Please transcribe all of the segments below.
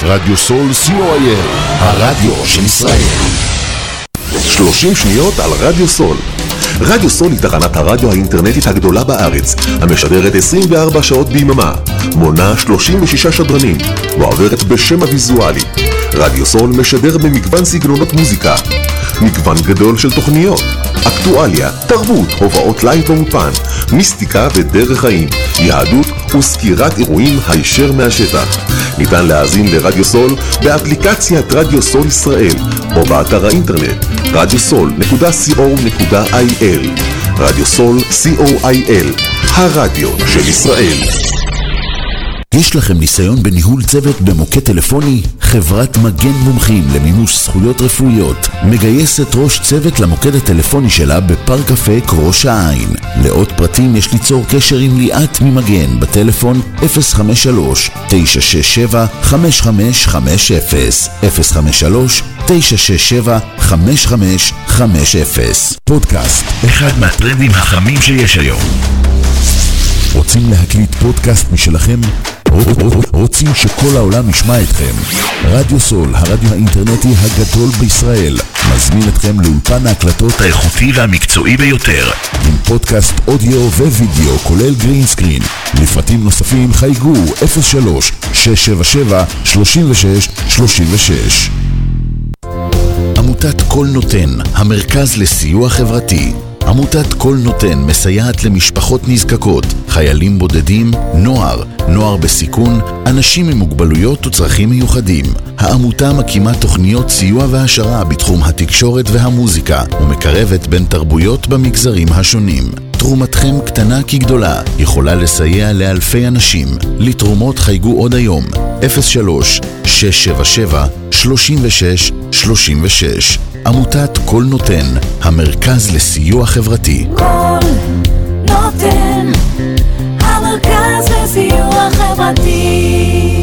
רדיו סול co.il, הרדיו של ישראל. 30 שניות על רדיו סול. רדיו סול היא תחנת הרדיו האינטרנטית הגדולה בארץ, המשדרת 24 שעות ביממה, מונה 36 שדרנים, ועוברת בשם הוויזואלי. רדיו סול משדר במגוון סגנונות מוזיקה, מגוון גדול של תוכניות, אקטואליה, תרבות, הובאות לייב באולפן, מיסטיקה ודרך חיים, יהדות וסקירת אירועים הישר מהשטח. ניתן להאזין לרדיו סול באפליקציית רדיו סול ישראל או באתר האינטרנט radiosol.co.il. רדיו סול co.il, הרדיו של ישראל. יש לכם ניסיון בניהול צוות במוקד טלפוני? חברת מגן מומחים למימוש זכויות רפואיות מגייסת ראש צוות למוקד הטלפוני שלה בפארק אפק ראש העין. לעוד פרטים יש ליצור קשר עם ליאת ממגן בטלפון 053-967-5550 053-967-5550. פודקאסט, אחד מהטרנדים החמים שיש היום. רוצים להקליט פודקאסט משלכם? רוצים שכל העולם ישמע אתכם? רדיו סול, הרדיו האינטרנטי הגדול בישראל, מזמין אתכם לאולפן ההקלטות האיכותי והמקצועי ביותר, עם פודקאסט אודיו ווידאו כולל גרין סקרין. לפרטים נוספים חייגו 03-677-3636. עמותת כל נותן, המרכז לסיוע חברתי. עמותת כל נותן מסייעת למשפחות נזקקות, חיילים בודדים, נוער בסיכון, אנשים עם מוגבלויות וצרכים מיוחדים. העמותה מקימה תוכניות סיוע והשרה בתחום התקשורת והמוזיקה ומקרבת בין תרבויות במגזרים השונים. תרומתכם קטנה כגדולה, יכולה לסייע לאלפי אנשים. לתרומות חייגו עוד היום 03-677-3636. עמותת כל נותן, המרכז לסיוע חברתי. כל נותן, המרכז לסיוע חברתי.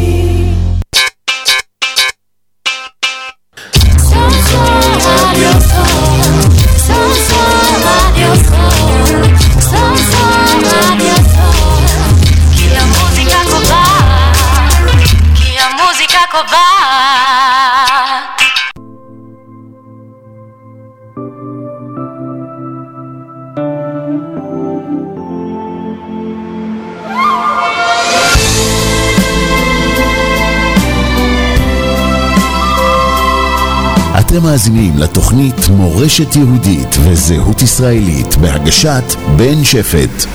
אתם מאזינים לתוכנית מורשת יהודית וזהות ישראלית בהגשת בן שפט.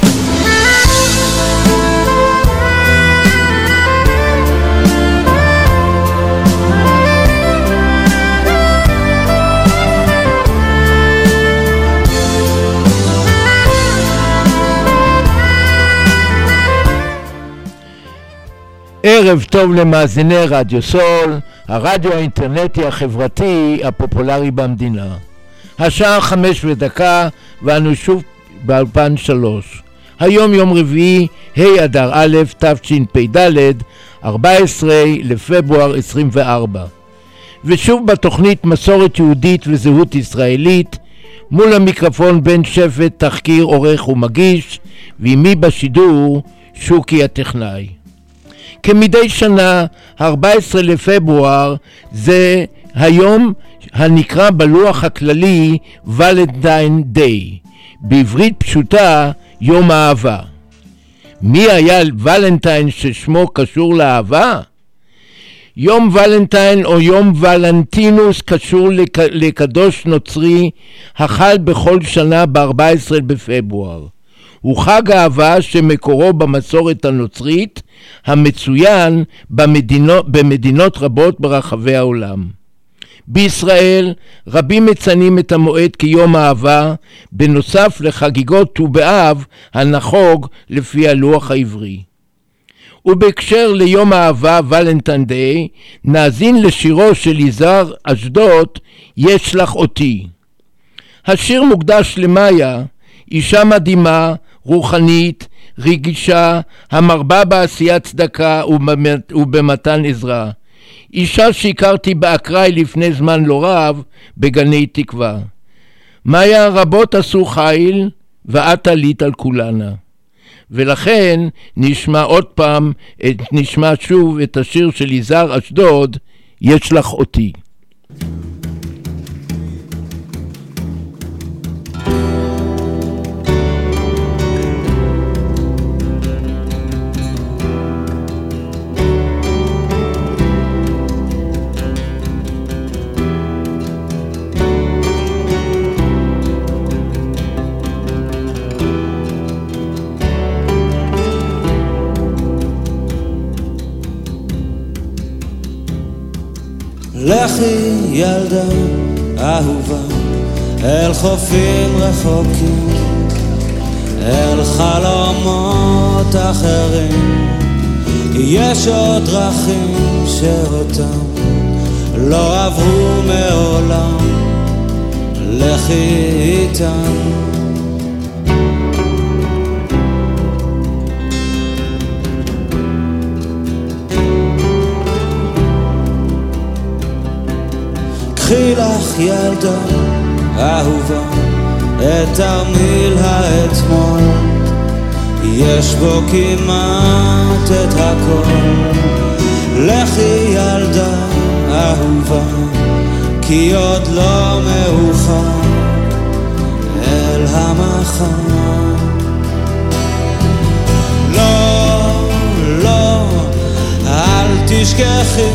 ערב טוב למאזיני רדיו סול, הרדיו האינטרנטי החברתי הפופולרי במדינה. השעה 5:01 ואנו שוב באולפן 3. היום יום רביעי, ה' אדר א' תשפ"ד, 14 לפברואר 24. ושוב בתוכנית מסורת יהודית וזהות ישראלית, מול המיקרופון בן שפט, תחקיר, עורך ומגיש, ועמי בשידור שוקי הטכנאי. כמדי שנה, 14 לפברואר זה היום הנקרא בלוח הכללי ולנטיין דיי, בעברית פשוטה יום האהבה. מי היה ולנטיין ששמו קשור לאהבה? יום ולנטיין או יום ולנטינוס קשור לקדוש נוצרי החל בכל שנה ב-14 בפברואר. הוא חג אהבה שמקורו במסורת הנוצרית המצוין במדינות רבות ברחבי העולם. בישראל רבים מציינים את המועד כיום האהבה, בנוסף לחגיגות ט"ו באב הנחוג לפי הלוח העברי. ובהקשר ליום האהבה ולנטיין דיי, נאזין לשירו של יזהר אשדוד, יש לך אותי. השיר מוקדש למאיה, אישה מדהימה, רוחנית, רגישה, המרבה בעשיית צדקה ובמתן עזרה. אישה שהכרתי באקראי לפני זמן לא רב בגני תקווה. מאיה, רבות עשו חיל ואת עלית על כולנה. ולכן נשמע שוב את השיר של יזהר אשדוד, יש לך אותי. לכי ילדה אהובה אל חופים רחוקים, אל חלומות אחרים. יש עוד דרכים שאותם לא עברו מעולם, לכי איתם. קחי לך ילדה אהובה את תרמיל האתמול, יש בו כמעט את הכל. לכי ילדה אהובה כי עוד לא מאוחר אל המחר. לא, לא, אל תשכחי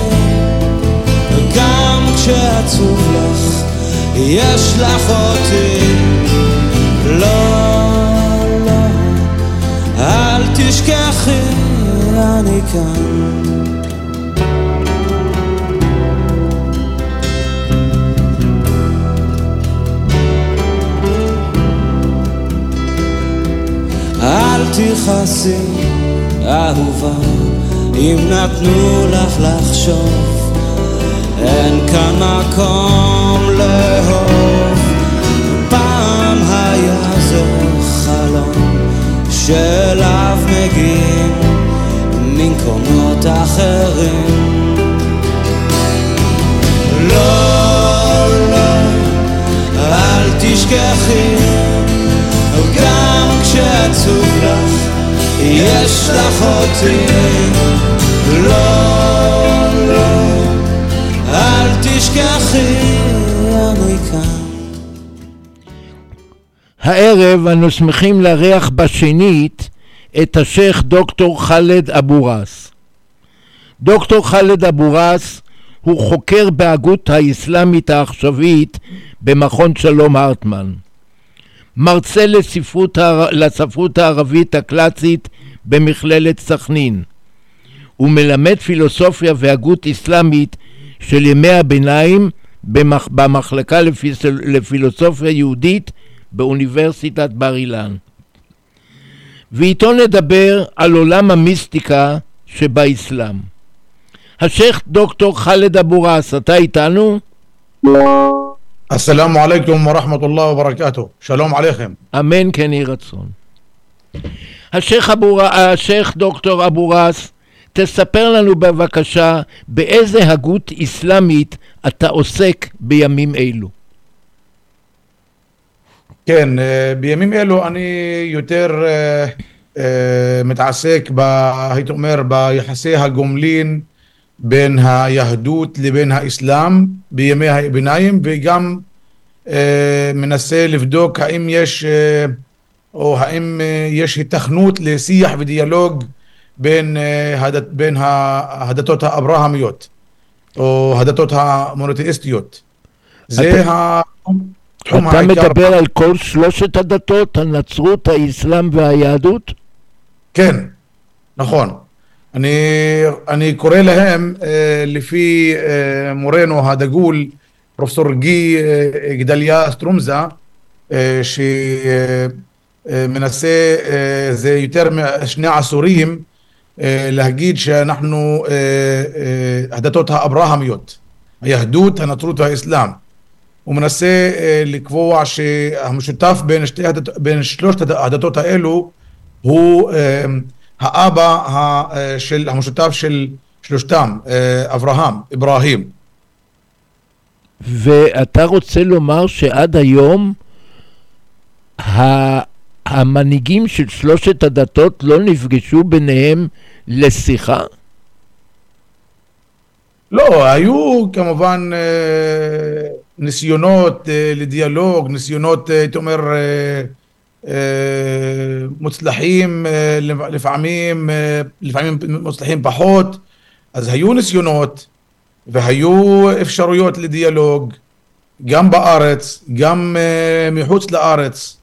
גם כשעצוב לך יש לך אותי. לא, לא, אל תשכחי אני כאן. אל תכעסי אהובה אם נתנו לך לחשוב, אין כאן מקום לאהוב. פעם היה זה חלום שאליו מגיעים ממקומות אחרים. לא, לא, אל תשכחי גם כשעצוב לך יש לך אותי. לא, לא, אל תשכחי אני כאן. הערב אנו שמחים לארח בשנית את השייך דוקטור חאלד אבו ראס. דוקטור חאלד אבו ראס הוא חוקר בהגות האסלאמית העכשווית במכון שלום הרטמן, מרצה לספרות הערבית הקלאסית במכללת סכנין, הוא מלמד פילוסופיה והגות אסלאמית של ימי הביניים במחלקה לפילוסופיה יהודית באוניברסיטת בר אילן. ואיתו נדבר על עולם המיסטיקה שבאסלאם. השייך דוקטור חאלד אבו ראס, אתה איתנו? السلام عليكم ورحمة الله وبركاته. שלום עליכם. אמן כן יהי רצון. השייך דוקטור אבו ראס, תספר לנו בבקשה באיזה הגות אסלאמית אתה עוסק בימים אלו. כן, בימים אלו אני יותר מתעסק הייתי אומר ביחסי הגומלין בין היהדות לבין האסלאם בימי הביניים, וגם מנסה לבדוק האם יש היתכנות לשיח ודיאלוג בין הדתות האברהמיות או הדתות המונותאיסטיות. זה התחום העיקר. אתה מדבר על כל שלושת הדתות, הנצרות, האסלאם והיהדות? כן, נכון. אני קורא להם לפי מורנו הדגול פרופסור גי גדליה סטרומזה, שמנסה זה יותר משני עשורים להגיד שאנחנו הדתות האברהמיות, היהדות, הנצרות והאסלאם. הוא מנסה לקבוע שהמשותף בין שלושת הדתות האלו הוא האבא המשותף של שלושתם, אברהם. ואתה רוצה לומר שעד היום המנהיגים של שלושת הדתות לא נפגשו ביניהם לשיחה? לא, היו כמובן ניסיונות לדיאלוג, ניסיונות, הייתי אומר, מוצלחים, לפעמים מוצלחים פחות. אז היו ניסיונות והיו אפשרויות לדיאלוג, גם בארץ, גם מחוץ לארץ.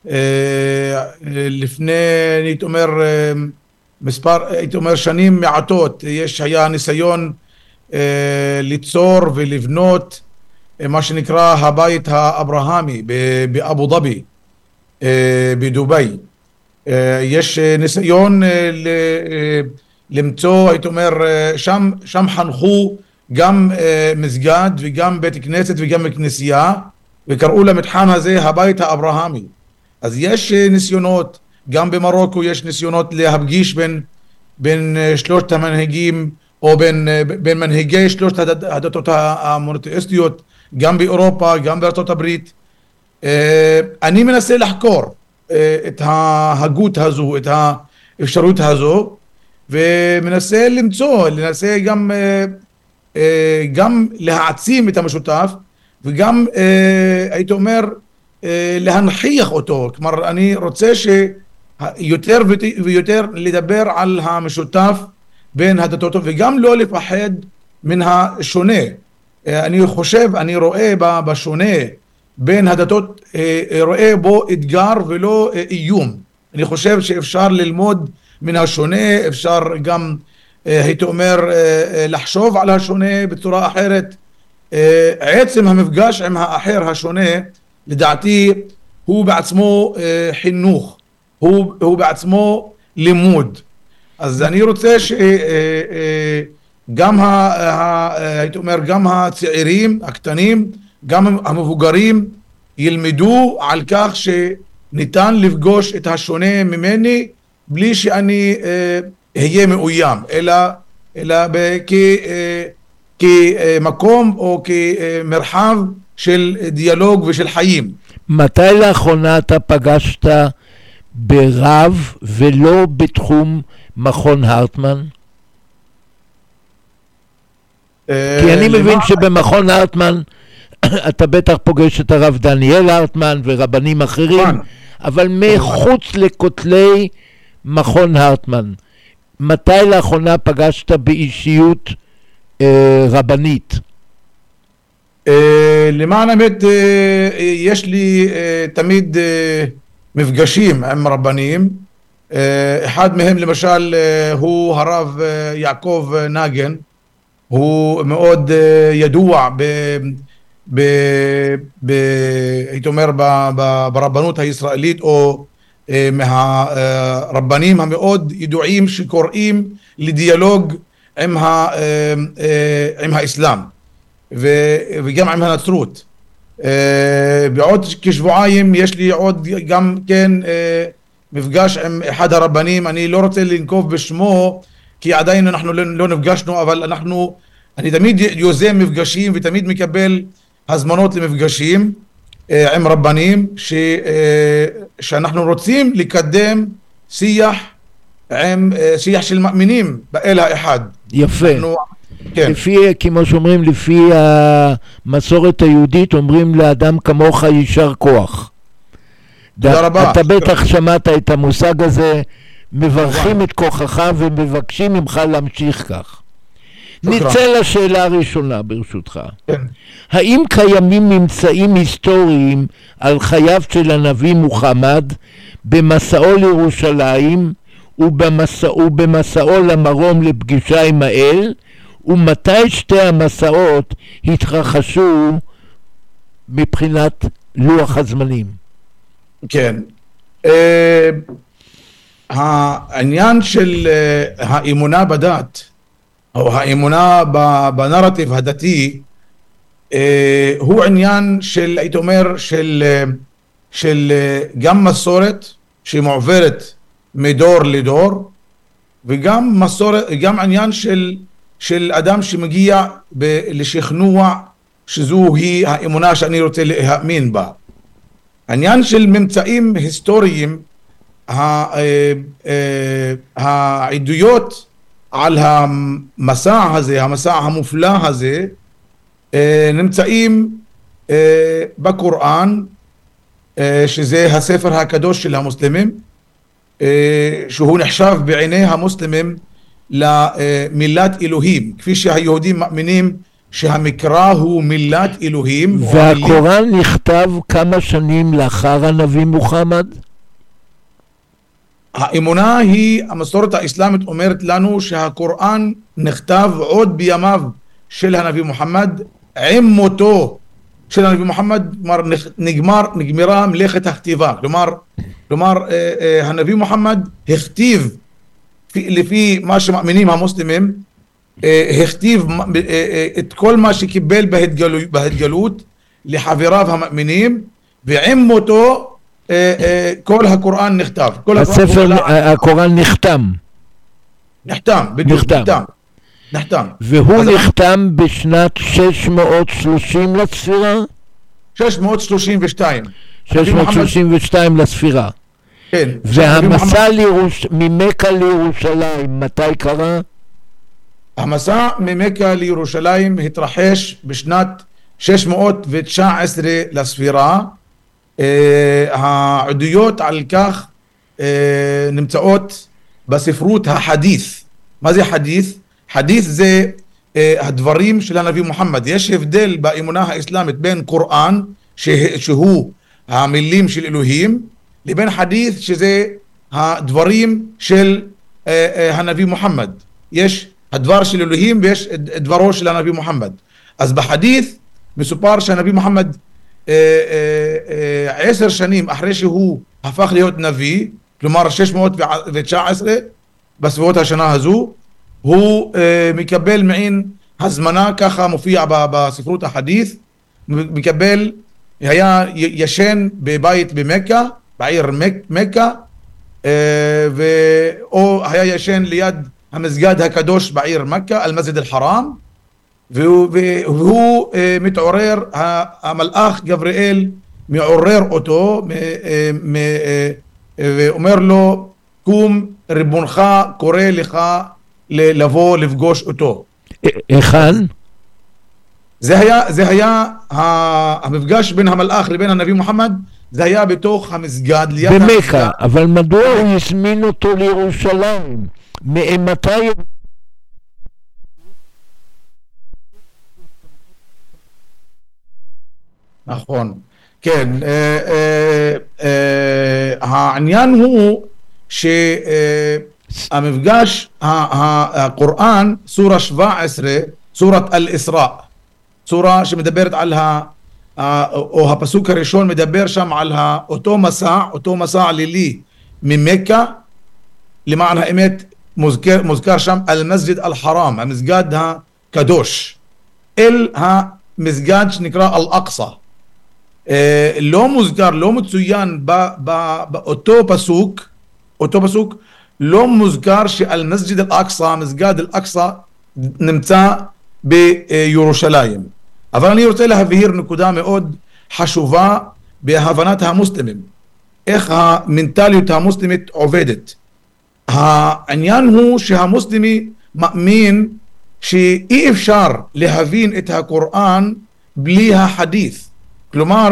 לפני, הייתי אומר, שנים מעטות, היה ניסיון ליצור ולבנות מה שנקרא הבית האברהמי באבו דאבי, בדוביי. יש ניסיון למצוא, הייתי אומר, שם חנכו גם מסגד וגם בית כנסת וגם כנסייה, וקראו למתחם הזה הבית האברהמי. אז יש ניסיונות, גם במרוקו יש ניסיונות להפגיש בין שלושת המנהיגים, או בין מנהיגי שלושת הדתות המונותאיסטיות, גם באירופה, גם בארצות הברית. אני מנסה לחקור את ההגות הזו, את האפשרות הזו, ומנסה לנסה גם להעצים את המשותף, וגם הייתי אומר להנכיח אותו. כלומר, אני רוצה שיותר ויותר לדבר על המשותף בין הדתות, וגם לא לפחד מן השונה. אני רואה בשונה בין הדתות, רואה בו אתגר ולא איום. אני חושב שאפשר ללמוד מן השונה, אפשר גם, הייתי אומר, לחשוב על השונה בצורה אחרת. עצם המפגש עם האחר השונה, לדעתי, הוא בעצמו חינוך, הוא בעצמו לימוד. אז אני רוצה שגם הייתי אומר, גם הצעירים, הקטנים, גם המבוגרים, ילמדו על כך שניתן לפגוש את השונה ממני, בלי שאני אהיה מאוים, אלא כמקום או כמרחב של דיאלוג ושל חיים. מתי לאחרונה אתה פגשת ברב ולא בתחום מכון הרטמן? כי אני מבין שבמכון הרטמן אתה בטח פוגש את הרב דניאל הרטמן ורבנים אחרים, אבל מחוץ לכותלי מכון הרטמן, מתי לאחרונה פגשת באישיות רבנית? למען האמת, יש לי תמיד מפגשים עם רבנים. אחד מהם למשל הוא הרב יעקב נגן, הוא מאוד ידוע הייתי אומר ברבנות הישראלית, או מהרבנים המאוד ידועים שקוראים לדיאלוג עם האסלאם וגם עם הנצרות. בעוד כשבועיים יש לי עוד גם כן מפגש עם אחד הרבנים, אני לא רוצה לנקוב בשמו כי עדיין אנחנו לא נפגשנו, אבל אני תמיד יוזם מפגשים ותמיד מקבל הזמנות למפגשים עם רבנים שאנחנו רוצים לקדם שיח של מאמינים באל האחד. יפה. כן. לפי, כמו שאומרים, לפי המסורת היהודית, אומרים לאדם כמוך יישר כוח. תודה רבה. אתה בטח שמעת את המושג הזה, מברכים את כוחך ומבקשים ממך להמשיך כך. נצא לשאלה הראשונה ברשותך. כן. האם קיימים ממצאים היסטוריים על חייו של הנביא מוחמד במסעו לירושלים ובמסעו למרום לפגישה עם האל, ומתי שתי המסעות התרחשו מבחינת לוח הזמנים? כן. העניין של האמונה בדת, או האמונה בנרטיב הדתי, הוא עניין של, הייתי אומר, של גם מסורת שמועברת מדור לדור, וגם מסורת, גם עניין של אדם שמגיע לשכנוע שזו היא האמונה שאני רוצה להאמין בה. העניין של ממצאים היסטוריים העדויות על המסע הזה, המסע המופלא הזה, נמצאים בקוראן, שזה הספר הקדוש של המוסלמים, שהוא נחשב בעיני המוסלמים למילת אלוהים, כפי שהיהודים מאמינים שהמקרא הוא מילת אלוהים. והקוראן נכתב כמה שנים לאחר הנביא מוחמד? האמונה היא, המסורת האסלאמית אומרת לנו שהקוראן נכתב עוד בימיו של הנביא מוחמד. עם מותו של הנביא מוחמד נגמרה מלאכת הכתיבה, כלומר הנביא מוחמד הכתיב, לפי מה שמאמינים המוסלמים, הכתיב את כל מה שקיבל בהתגלות לחבריו המאמינים, ועם מותו כל הקוראן נכתב. הקוראן נחתם. נחתם. והוא נחתם בשנת 630 לספירה? 632. 632 לספירה. כן. והמסע ממכה לירושלים, מתי קרה? המסע ממכה לירושלים התרחש בשנת 619 לספירה. העדויות על כך נמצאות בספרות החדית'. מה זה חדית'? חדית' זה הדברים של הנביא מוחמד. יש הבדל באמונה האסלאמית בין קוראן, שהוא המילים של אלוהים, לבין חדית' שזה הדברים של הנביא מוחמד. יש הדבר של אלוהים ויש דברו של הנביא מוחמד. אז בחדית' מסופר שהנביא מוחמד 10 שנים אחרי שהוא הפך להיות נביא, כלומר 619, בסביבות השנה הזו, הוא מקבל מעין הזמנה, ככה מופיע בספרות החדית', מקבל, היה ישן בבית במכה, בעיר מכה, או היה ישן ליד המסגד הקדוש בעיר מכה, אל-מסג'ד אל-חרם, והוא מתעורר, המלאך גבריאל מעורר אותו ואומר לו, קום, ריבונך קורא לך לבוא לפגוש אותו. היכן? זה היה המפגש בין המלאך לבין הנביא מוחמד, זה היה בתוך המסגד ליד במכה. אבל מדוע הוא הזמין אותו לירושלים? מתי? נכון, כן. העניין הוא שהמפגש, הקוראן, סורה 17, סורת אל-איסרא', סורה שמדברת על או הפסוק הראשון מדבר שם על אותו מסע לילי ממכה, למען האמת מוזכר שם אל-מסג'ד אל-חרם, המסגד הקדוש, אל המסגד שנקרא אל-אקצא. לא מוזכר, לא מצוין באותו פסוק, לא מוזכר שאל-מסג'ד אל-אקצא, מסגד אל-אקצא, נמצא בירושלים. אבל אני רוצה להבהיר נקודה מאוד חשובה בהבנת המוסלמים, איך המנטליות המוסלמית עובדת. העניין הוא שהמוסלמי מאמין שאי אפשר להבין את הקוראן בלי החדית'. כלומר,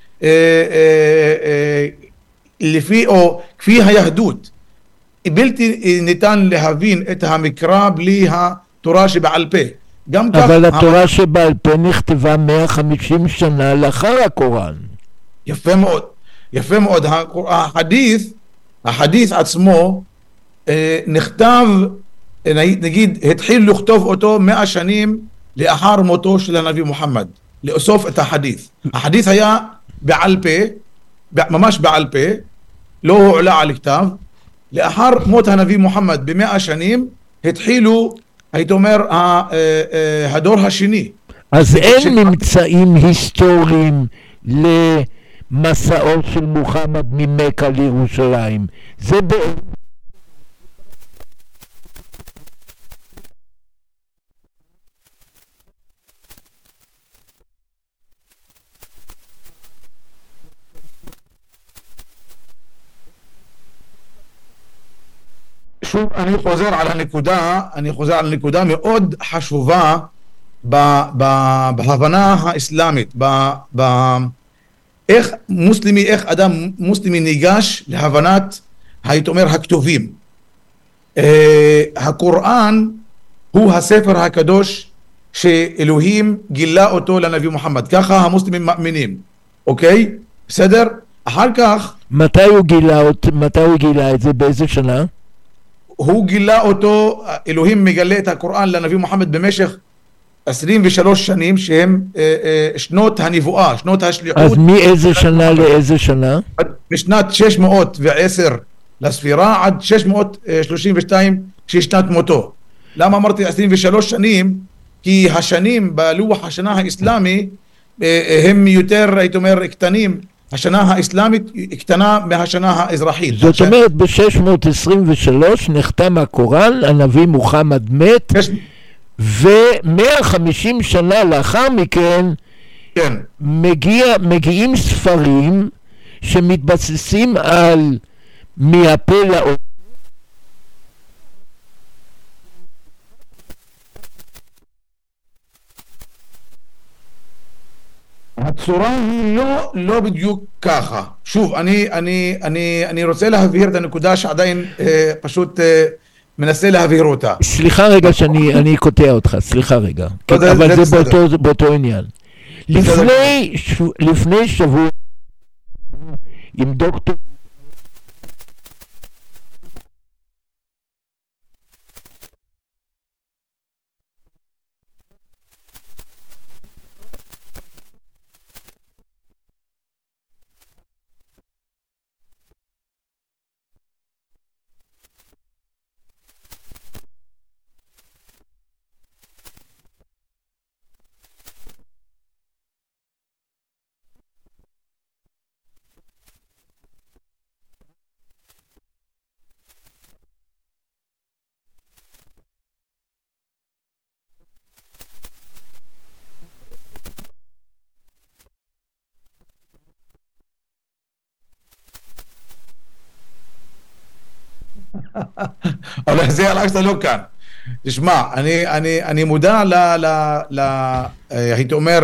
לפי או כפי היהדות, בלתי ניתן להבין את המקרא בלי התורה שבעל פה. אבל התורה שבעל פה נכתבה 150 שנה לאחר הקוראן. יפה מאוד, יפה מאוד. החדית' עצמו נכתב, נגיד, התחיל לכתוב אותו 100 שנים לאחר מותו של הנביא מוחמד, לאסוף את החדית'. החדית' היה בעל פה, ממש בעל פה, לא הועלה על כתב. לאחר מות הנביא מוחמד ב100 שנים התחילו, הייתי אומר, הדור השני. אז אין ממצאים היסטוריים למסעו של מוחמד ממכה לירושלים. זה שוב אני חוזר על הנקודה מאוד חשובה בהבנה האסלאמית, איך אדם מוסלמי ניגש להבנת, הייתי אומר, הכתובים. הקוראן הוא הספר הקדוש שאלוהים גילה אותו לנביא מוחמד, ככה המוסלמים מאמינים, אוקיי? בסדר? אחר כך... מתי הוא גילה את זה? באיזה שנה? הוא גילה אותו, אלוהים מגלה את הקוראן לנביא מוחמד במשך 23 שנים שהם שנות הנבואה, שנות השליחות. אז מאיזה שנה לאיזה שנה? משנת 610 לספירה עד 632 שהיא שנת מותו. למה אמרתי 23 שנים? כי השנים בלוח השנה האסלאמי הם יותר, הייתי אומר, קטנים. השנה האסלאמית קטנה מהשנה האזרחית. זאת אומרת, ב-623 נחתם הקוראן, הנביא מוחמד מת, ו-150 שנה לאחר מכן כן. מגיעים ספרים שמתבססים על מהפה לאוזן. הצורה היא לא בדיוק ככה. שוב, אני רוצה להבהיר את הנקודה שעדיין פשוט מנסה להבהיר אותה. סליחה רגע שאני קוטע אותך, סליחה רגע. אבל זה באותו עניין. לפני שבוע עם דוקטור אבל זה אל-אקצא לא כאן. תשמע, אני מודע הייתי אומר,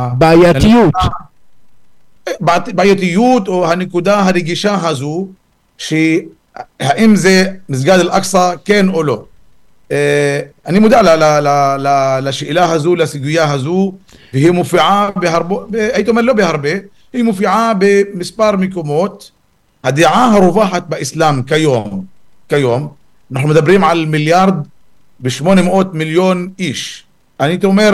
בעייתיות או הנקודה הרגישה הזו, שהאם זה מסגד אל-אקצא כן או לא. אני מודע לשאלה הזו, לסוגיה הזו, והיא מופיעה בהרבה, הייתי אומר לא בהרבה, היא מופיעה במספר מקומות. הדעה הרווחת באסלאם כיום, אנחנו מדברים על 1,800,000,000 איש. אני אומר,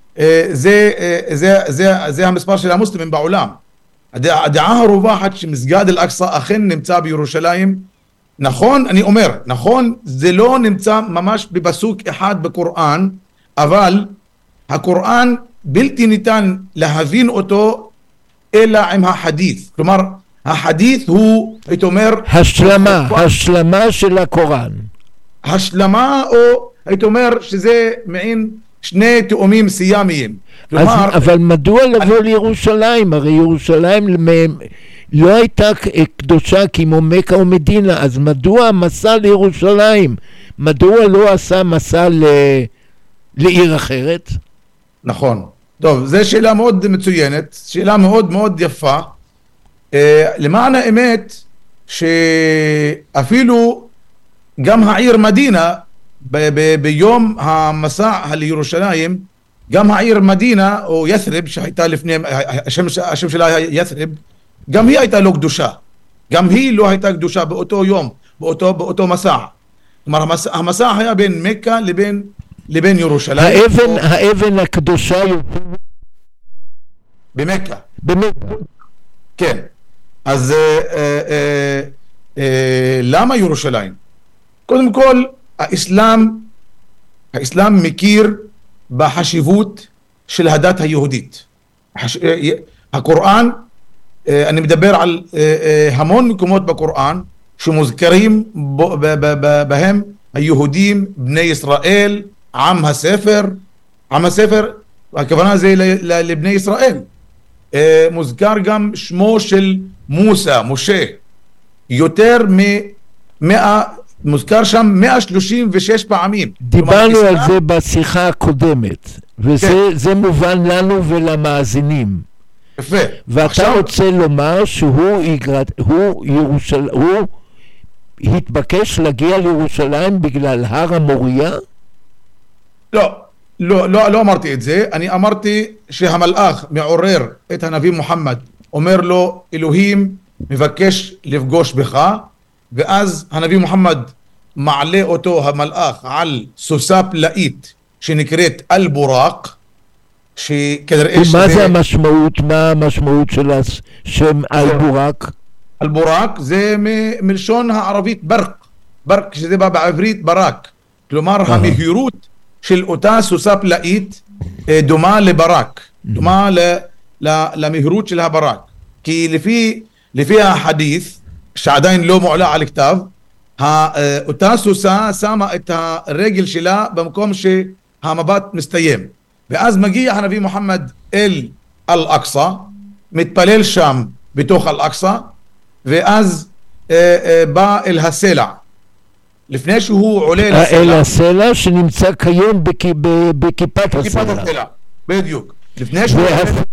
זה המספר של המוסלמים בעולם. הדעה הרווחת שמסגד אל-אקצא אכן נמצא בירושלים. נכון, אני אומר, נכון, זה לא נמצא ממש בפסוק אחד בקוראן, אבל הקוראן בלתי ניתן להבין אותו אלא עם החדית. כלומר, החדית הוא, הייתי אומר, השלמה של הקוראן. השלמה, או הייתי אומר שזה מעין שני תאומים סיאמיים. אבל מדוע לבוא לירושלים? הרי ירושלים לא הייתה קדושה כמו מכה או מדינה, אז מדוע המסע לירושלים? מדוע לא עשה מסע לעיר אחרת? נכון. טוב, זו שאלה מאוד מצוינת, שאלה מאוד מאוד יפה. למען האמת שאפילו גם העיר מדינה ביום המסע לירושלים, גם העיר מדינה או ית'רב שהייתה לפני, השם שלה היה ית'רב, גם היא הייתה לא קדושה, גם היא לא הייתה קדושה באותו יום, באותו מסע. כלומר המסע היה בין מקה לבין ירושלים. האבן הקדושה במקה. כן. אז למה ירושלים? קודם כל, האסלאם מכיר בחשיבות של הדת היהודית. הקוראן, אני מדבר על המון מקומות בקוראן שמוזכרים בהם היהודים, בני ישראל, עם הספר, הכוונה זה לבני ישראל. מוזכר גם שמו של משה, יותר מוזכר שם 136 פעמים. דיברנו על זה בשיחה הקודמת, וזה מובן לנו ולמאזינים. יפה. ואתה רוצה לומר שהוא התבקש להגיע לירושלים בגלל הר המוריה? לא אמרתי את זה. אני אמרתי שהמלאך מעורר את הנביא מוחמד, אומר לו אלוהים מבקש לפגוש בך, ואז הנביא מוחמד מעלה אותו המלאך על סוסה פלאית שנקראת אל-בוראק, שכנראה ומה זה המשמעות? מה המשמעות של השם אל-בוראק? אל-בוראק זה מלשון הערבית ברק, שזה בא בעברית ברק, כלומר המהירות של אותה סוסה פלאית דומה לברק, דומה למהירות של הברק, כי לפי החדית' שעדיין לא מועלה על כתב, אותה סוסה שמה את הרגל שלה במקום שהמבט מסתיים, ואז מגיע הנביא מוחמד אל אל-אקצא, מתפלל שם בתוך אל-אקצא, ואז בא אל הסלע, לפני שהוא עולה לסלע, אל הסלע שנמצא כיום בכיפת הסלע. בדיוק. לפני שהוא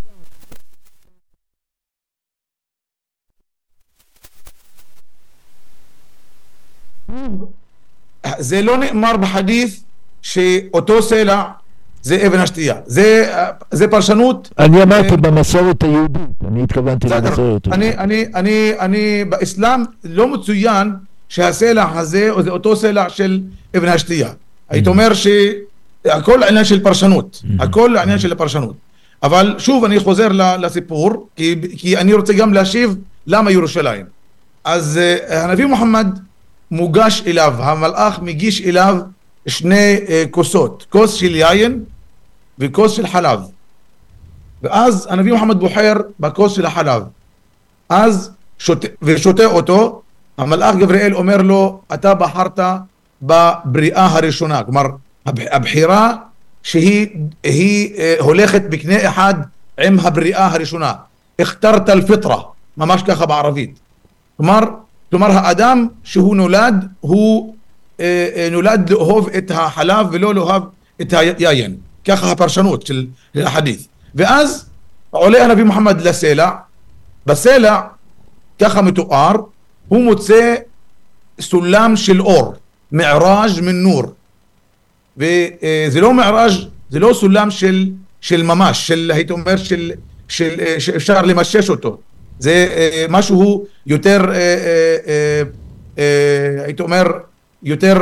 זה לא נאמר בחדית' שאותו סלע זה אבן השתייה, זה פרשנות. אני אמרתי במסורת היהודית, אני התכוונתי למסורת. אני באסלאם לא מצוין שהסלע הזה זה אותו סלע של אבן השתייה. היית אומר שהכל עניין של פרשנות, הכל עניין של פרשנות. אבל שוב אני חוזר לסיפור, כי אני רוצה גם להשיב למה ירושלים. אז הנביא מוחמד מוגש אליו, המלאך מגיש אליו שני כוסות, כוס של יין וכוס של חלב, ואז הנביא מוחמד בוחר בכוס של החלב, אז שותה אותו. המלאך גבריאל אומר לו, אתה בחרת בבריאה הראשונה, כלומר הבחירה שהיא הולכת בקנה אחד עם הבריאה הראשונה, הכתרת אל-פיטרה, ממש ככה בערבית. כלומר האדם שהוא נולד, הוא נולד לאהוב את החלב ולא לאהוב את היין, ככה הפרשנות של החדית'. ואז עולה הנביא מוחמד לסלע, בסלע ככה מתואר, הוא מוצא סולם של אור, מעראג' מן נור, וזה לא מעראג', זה לא סולם של ממש, של היית אומר שאפשר למשש אותו, זה משהו יותר היית אומר יותר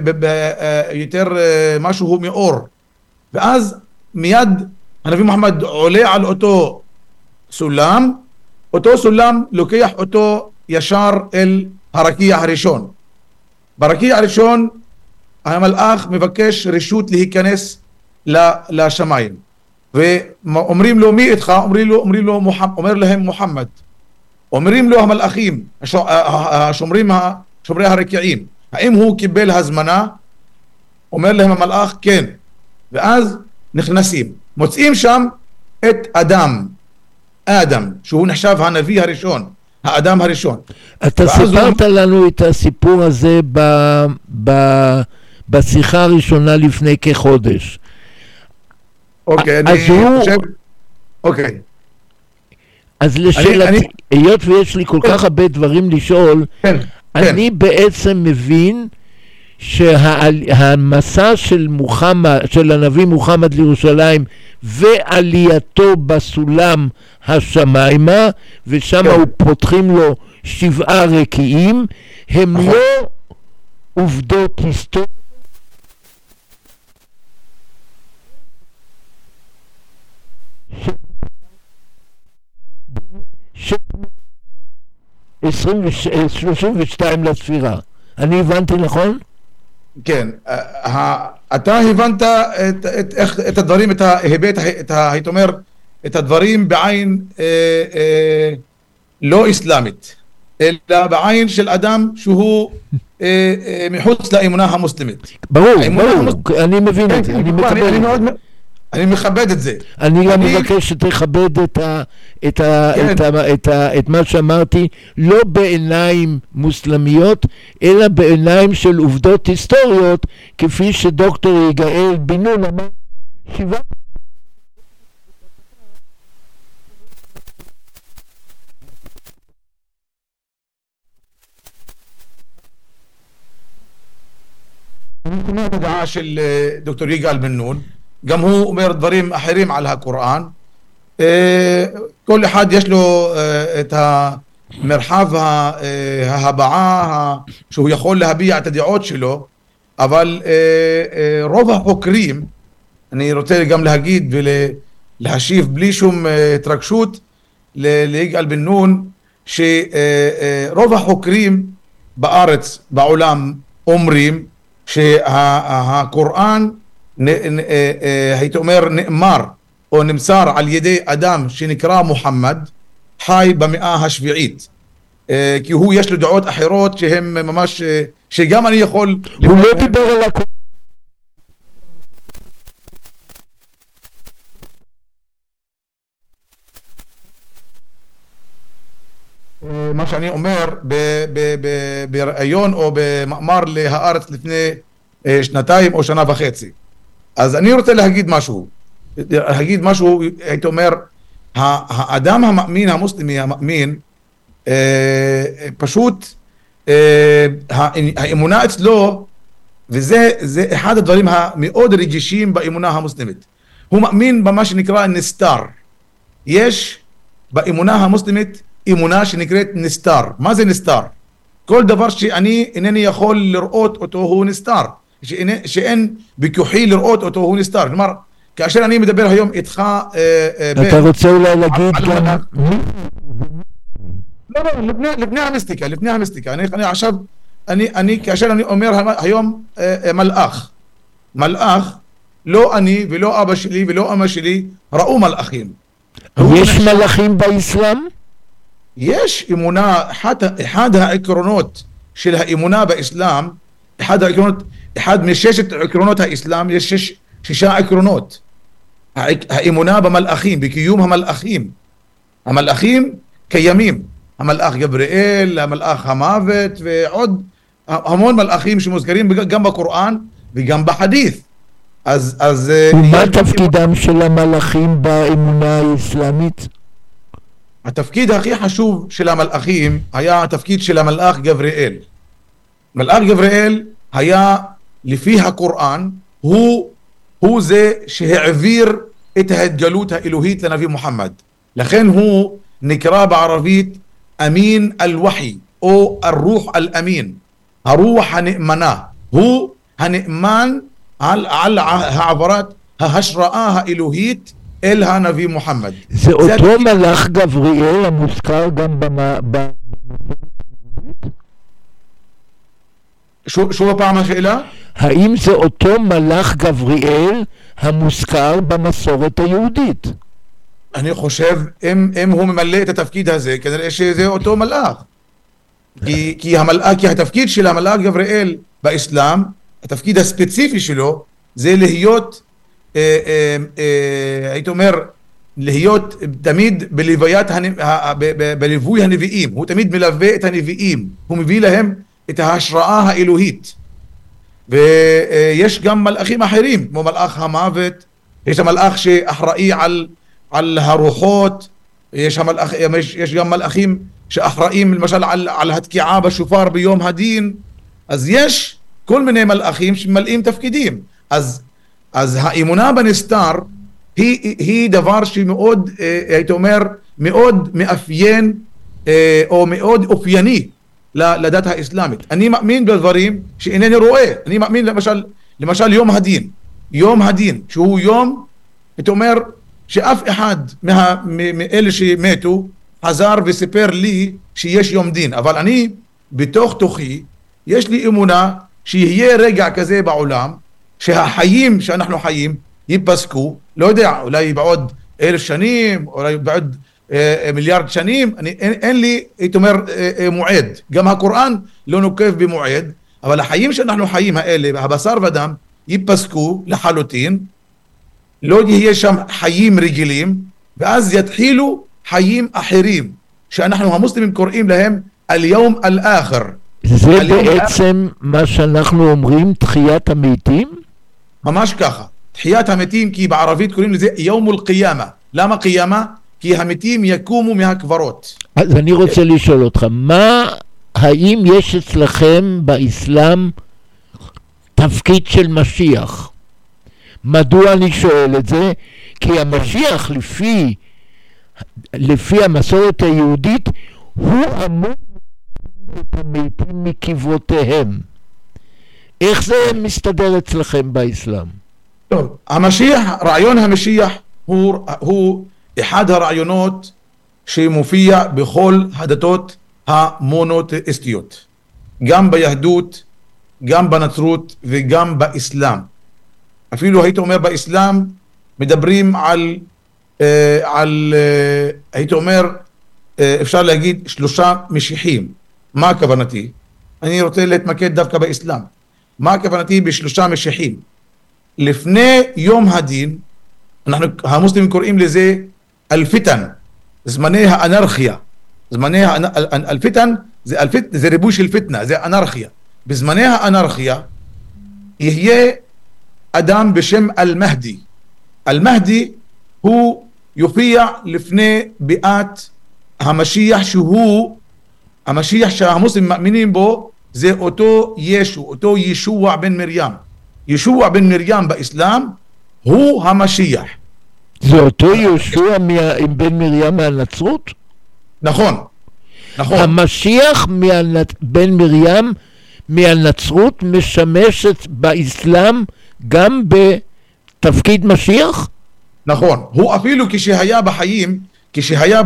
משהו מאור. ואז מיד הנביא מוחמד עולה על אותו סולם, אותו סולם לוקח אותו ישר אל הרקיע הראשון. ברקיע הראשון המלאך מבקש רשות להיכנס לשמיים, ואומרים לו מי איתך? אומר להם מוחמד. אומרים לו המלאכים שומרי הרקיעים, האם הוא קיבל הזמנה? אומר להם המלאך כן. ואז נכנסים, מוצאים שם את אדם שהוא נחשב הנביא הראשון, האדם הראשון. אתה סיפרת לנו את הסיפור הזה בשיחה הראשונה לפני כחודש. אוקיי, אני חושב... אוקיי. אז לשאלתי, היות ויש לי כל כך הרבה דברים לשאול, אני בעצם מבין שהמסע של הנביא מוחמד לירושלים ועלייתו בסולם השמיימה, ושם הוא פותחים לו 7 רקיעים, הם לא עובדות היסטוריות 32 לספירה. אני הבנתי נכון? כן, אתה הבנת את הדברים, את ההיבט, היית אומר, את הדברים בעין לא אסלאמית, אלא בעין של אדם שהוא מחוץ לאמונה המוסלמית. ברור, אני מבין את זה, אני מקבל. אני מכבד את זה. אני גם מבקש שתכבד את מה שאמרתי, לא בעיניים מוסלמיות, אלא בעיניים של עובדות היסטוריות, כפי שדוקטור יגאל בן נון אמר, 7 כמו הדעה של דוקטור יגאל בן נון, גם הוא אומר דברים אחרים על הקוראן. כל אחד יש לו את המרחב ההבעה שהוא יכול להביע את הדעות שלו, אבל רוב החוקרים, אני רוצה גם להגיד ולהשיב בלי שום התרגשות ליגאל בן נון, שרוב החוקרים בארץ, בעולם, אומרים שהקוראן, הייתי אומר, נאמר או נמסר על ידי אדם שנקרא מוחמד, חי במאה השביעית, כי הוא יש לו דעות אחרות שהם ממש, שגם אני יכול... הוא לא דיבר על הקוראן. מה שאני אומר בראיון או במאמר להארץ לפני 2 או 1.5 שנה. אז אני רוצה להגיד משהו, הייתי אומר, האדם המאמין, המוסלמי המאמין, פשוט האמונה אצלו, וזה אחד הדברים המאוד רגישים באמונה המוסלמית, הוא מאמין במה שנקרא נסתר. יש באמונה המוסלמית אמונה שנקראת נסתר. מה זה נסתר? כל דבר שאני אינני יכול לראות אותו הוא נסתר, שאין בכוחי לראות אותו הוא נסתר. כלומר, כאשר אני מדבר היום איתך, אתה רוצה אולי להגיד גם... לא, לפני המיסטיקה, אני עכשיו, כאשר אני אומר היום מלאך, לא אני ולא אבא שלי ולא אמא שלי ראו מלאכים. יש מלאכים באסלאם? יש אמונה, אחד העקרונות של האמונה באסלאם, אחד מששת עקרונות האסלאם, יש 6 עקרונות. האמונה במלאכים, בקיום המלאכים. המלאכים קיימים, המלאך גבריאל, המלאך המוות, ועוד המון מלאכים שמוזכרים גם בקוראן וגם בחדית. ומה תפקידם של המלאכים באמונה האסלאמית? התפקיד הכי חשוב של המלאכים היה התפקיד של המלאך גבריאל. מלאך גבריאל היה, לפי הקוראן, הוא זה שהעביר את ההתגלות האלוהית לנביא מוחמד. לכן הוא נקרא בערבית אמין אל-וחי, או הרוח אל-אמין, הרוח הנאמנה. הוא הנאמן על העברת ההשראה האלוהית אל הנביא מוחמד. זה אותו מלאך גבריאל המוזכר גם שוב הפעם השאלה? האם זה אותו מלאך גבריאל המוזכר במסורת היהודית? אני חושב, אם הוא ממלא את התפקיד הזה, כנראה שזה אותו מלאך. כי התפקיד של המלאך גבריאל באסלאם, התפקיד הספציפי שלו, זה להיות, הייתי אומר, להיות תמיד בליווי הנביאים. הוא תמיד מלווה את הנביאים, הוא מביא להם את ההשראה האלוהית. ויש גם מלאכים אחרים, כמו מלאך המוות, יש המלאך שאחראי על הרוחות, יש גם מלאכים שאחראים למשל על התקיעה בשופר ביום הדין. אז יש כל מיני מלאכים שממלאים תפקידים. אז האמונה בנסתר היא דבר שמאוד, הייתי אומר, מאוד מאפיין או מאוד אופייני לדת האסלאמית. אני מאמין בדברים שאינני רואה. אני מאמין למשל יום הדין, שהוא יום, הייתי אומר, שאף אחד מאלה שמתו חזר וסיפר לי שיש יום דין. אבל אני, בתוך תוכי, יש לי אמונה שיהיה רגע כזה בעולם, שהחיים שאנחנו חיים ייפסקו, לא יודע, אולי בעוד 1000 שנים, אולי בעוד מיליארד שנים, אין לי, הייתי אומר, מועד. גם הקוראן לא נוקב במועד, אבל החיים שאנחנו חיים האלה, הבשר ודם, ייפסקו לחלוטין, לא יהיה שם חיים רגילים, ואז יתחילו חיים אחרים, שאנחנו המוסלמים קוראים להם אל-יום אל-אחר. זה בעצם מה שאנחנו אומרים, תחיית המתים? ממש ככה, תחיית המתים, כי בערבית קוראים לזה יום אל-קיימה. למה קיימה? כי המתים יקומו מהקברות. אז אני רוצה לשאול אותך, האם יש אצלכם באסלאם תפקיד של משיח? מדוע אני שואל את זה? כי המשיח לפי המסורת היהודית הוא אמור את המתים מקברותיהם. איך זה מסתדר אצלכם באסלאם? טוב, רעיון המשיח הוא אחד הרעיונות שמופיע בכל הדתות המונותאיסטיות, גם ביהדות, גם בנצרות וגם באסלאם. אפילו הייתי אומר באסלאם מדברים על הייתי אומר, אפשר להגיד 3 משיחים. מה הכוונתי? אני רוצה להתמקד דווקא באסלאם. מה הכוונתי ב3 משיחים? לפני יום הדין, המוסלמים קוראים לזה אל-פיתן, זמני האנרכיה. זמני אל-פיתן זה ריבוי של פיתנה, זה אנרכיה. בזמני האנרכיה יהיה אדם בשם אל-מהדי. אל-מהדי הוא יופיע לפני ביאת המשיח, שהוא המשיח שהמוסלמים מאמינים בו, זה אותו ישו, אותו ישוע בן מרים. ישוע בן מרים באסלאם הוא המשיח. זה אותו ישוע בן מרים מהנצרות? נכון, נכון. המשיח בן מרים מהנצרות משמשת באסלאם גם בתפקיד משיח? נכון, הוא אפילו כשהיה בחיים, כשהיה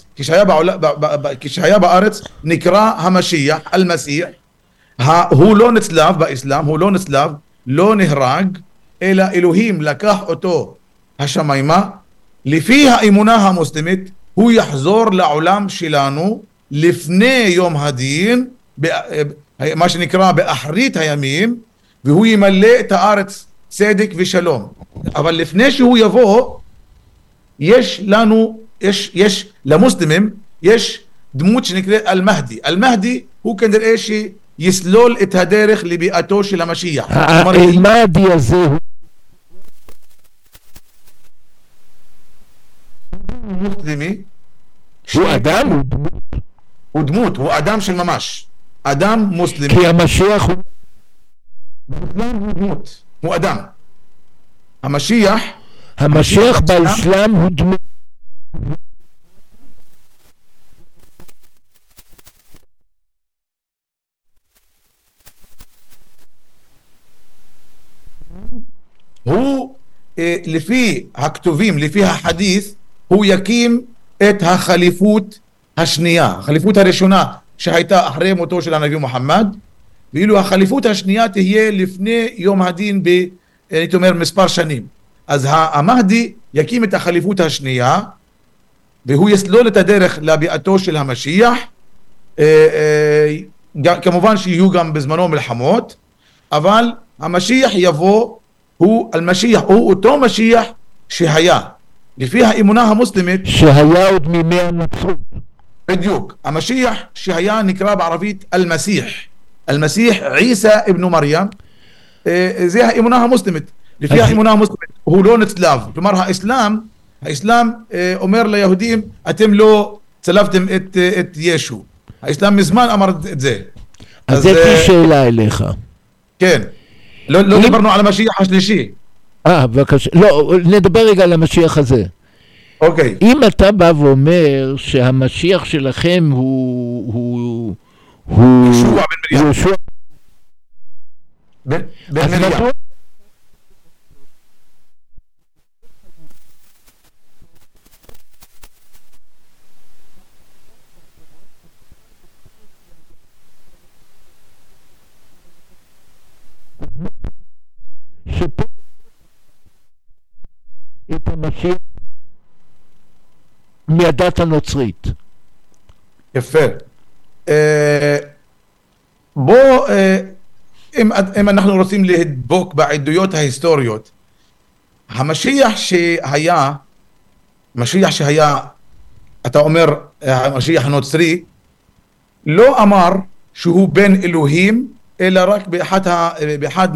בארץ נקרא המשיח, אל-מסיח. הוא לא נצלב באסלאם, הוא לא נצלב, לא נהרג, אלא אלוהים לקח אותו השמיימה. לפי האמונה המוסלמית הוא יחזור לעולם שלנו לפני יום הדין, מה שנקרא באחרית הימים, והוא ימלא את הארץ צדק ושלום. אבל לפני שהוא יבוא, יש למוסלמים יש דמות שנקראת אל-מהדי. אל-מהדי הוא כנראה שיסלול את הדרך לביאתו של המשיח. אל-מהדי הזה הוא מוסלמי, הוא אדם? הוא דמות, הוא אדם של ממש, אדם מוסלמי. כי המשיח הוא דמות, הוא אדם. המשיח באסלאם הוא דמות. הוא לפי הכתובים, לפי החדית', הוא יקים את החליפות השנייה. החליפות הראשונה שהייתה אחרי מותו של הנביא מוחמד, ואילו החליפות השנייה תהיה לפני יום הדין הייתי אומר מספר שנים. אז המהדי יקים את החליפות השנייה, והוא יסלול את הדרך לביאתו של המשיח. כמובן שיהיו גם בזמנו מלחמות, אבל המשיח יבוא, המשיח הוא אותו משיח שהיה לפי האמונה המוסלמית, שהיה עוד מימי הנצרות. בדיוק, המשיח שהיה נקרא בערבית אל-מסיח, אל-מסיח עיסא אבן מרים. זה האמונה המוסלמית. לפי האמונה המוסלמית הוא לא נצלב. כלומר האסלאם אומר ליהודים, אתם לא צלבתם את ישו. האסלאם מזמן אמר את זה. אז יש לי שאלה אליך. כן, לא דיברנו על המשיח השלישי. בבקשה. לא, נדבר רגע על המשיח הזה. אוקיי. אם אתה בא ואומר שהמשיח שלכם הוא ישוע בן מרים. ישוע בן מרים. שפה את המשיח מהדת הנוצרית. יפה. בוא, אם אנחנו רוצים להדבוק בעדויות ההיסטוריות, המשיח שהיה, אתה אומר, המשיח הנוצרי, לא אמר שהוא בן אלוהים, אלא רק באחד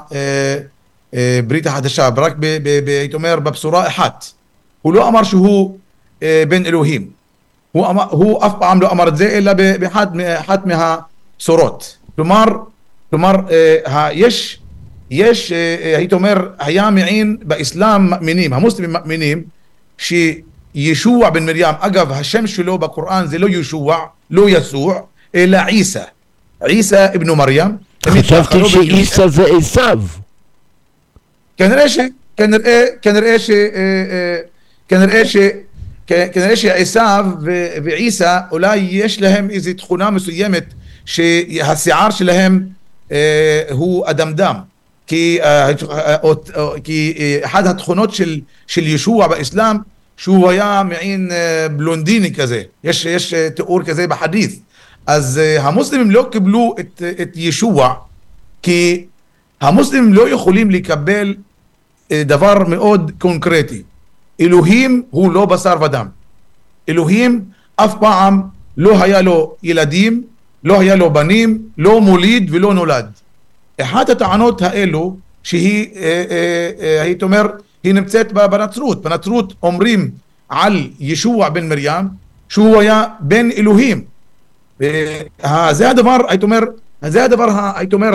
ברית החדשה, רק הייתי אומר בבשורה אחת. הוא לא אמר שהוא בן אלוהים. הוא אף פעם לא אמר את זה, אלא באחת מהבשורות. כלומר, יש, הייתי אומר, היה מעין באסלאם מאמינים, המוסלמים מאמינים, שישוע בן מרים, אגב, השם שלו בקוראן זה לא ישוע, לא יסוע, אלא עיסא אבן מרים. חשבתי שעיסא זה עשיו. כנראה שעשיו ועיסא אולי יש להם איזו תכונה מסוימת שהשיער שלהם הוא אדמדם, כי אחת התכונות של ישוע באסלאם שהוא היה מעין בלונדיני כזה, יש תיאור כזה בחדית'. אז המוסלמים לא קיבלו את ישוע, כי המוסלמים לא יכולים לקבל דבר מאוד קונקרטי. אלוהים הוא לא בשר ודם. אלוהים אף פעם לא היה לו ילדים, לא היה לו בנים, לא מוליד ולא נולד. אחת הטענות האלו שהיא, הייתי אומר, היא נמצאת בנצרות. בנצרות אומרים על ישוע בן מרים שהוא היה בן אלוהים. זה הדבר, הייתי אומר,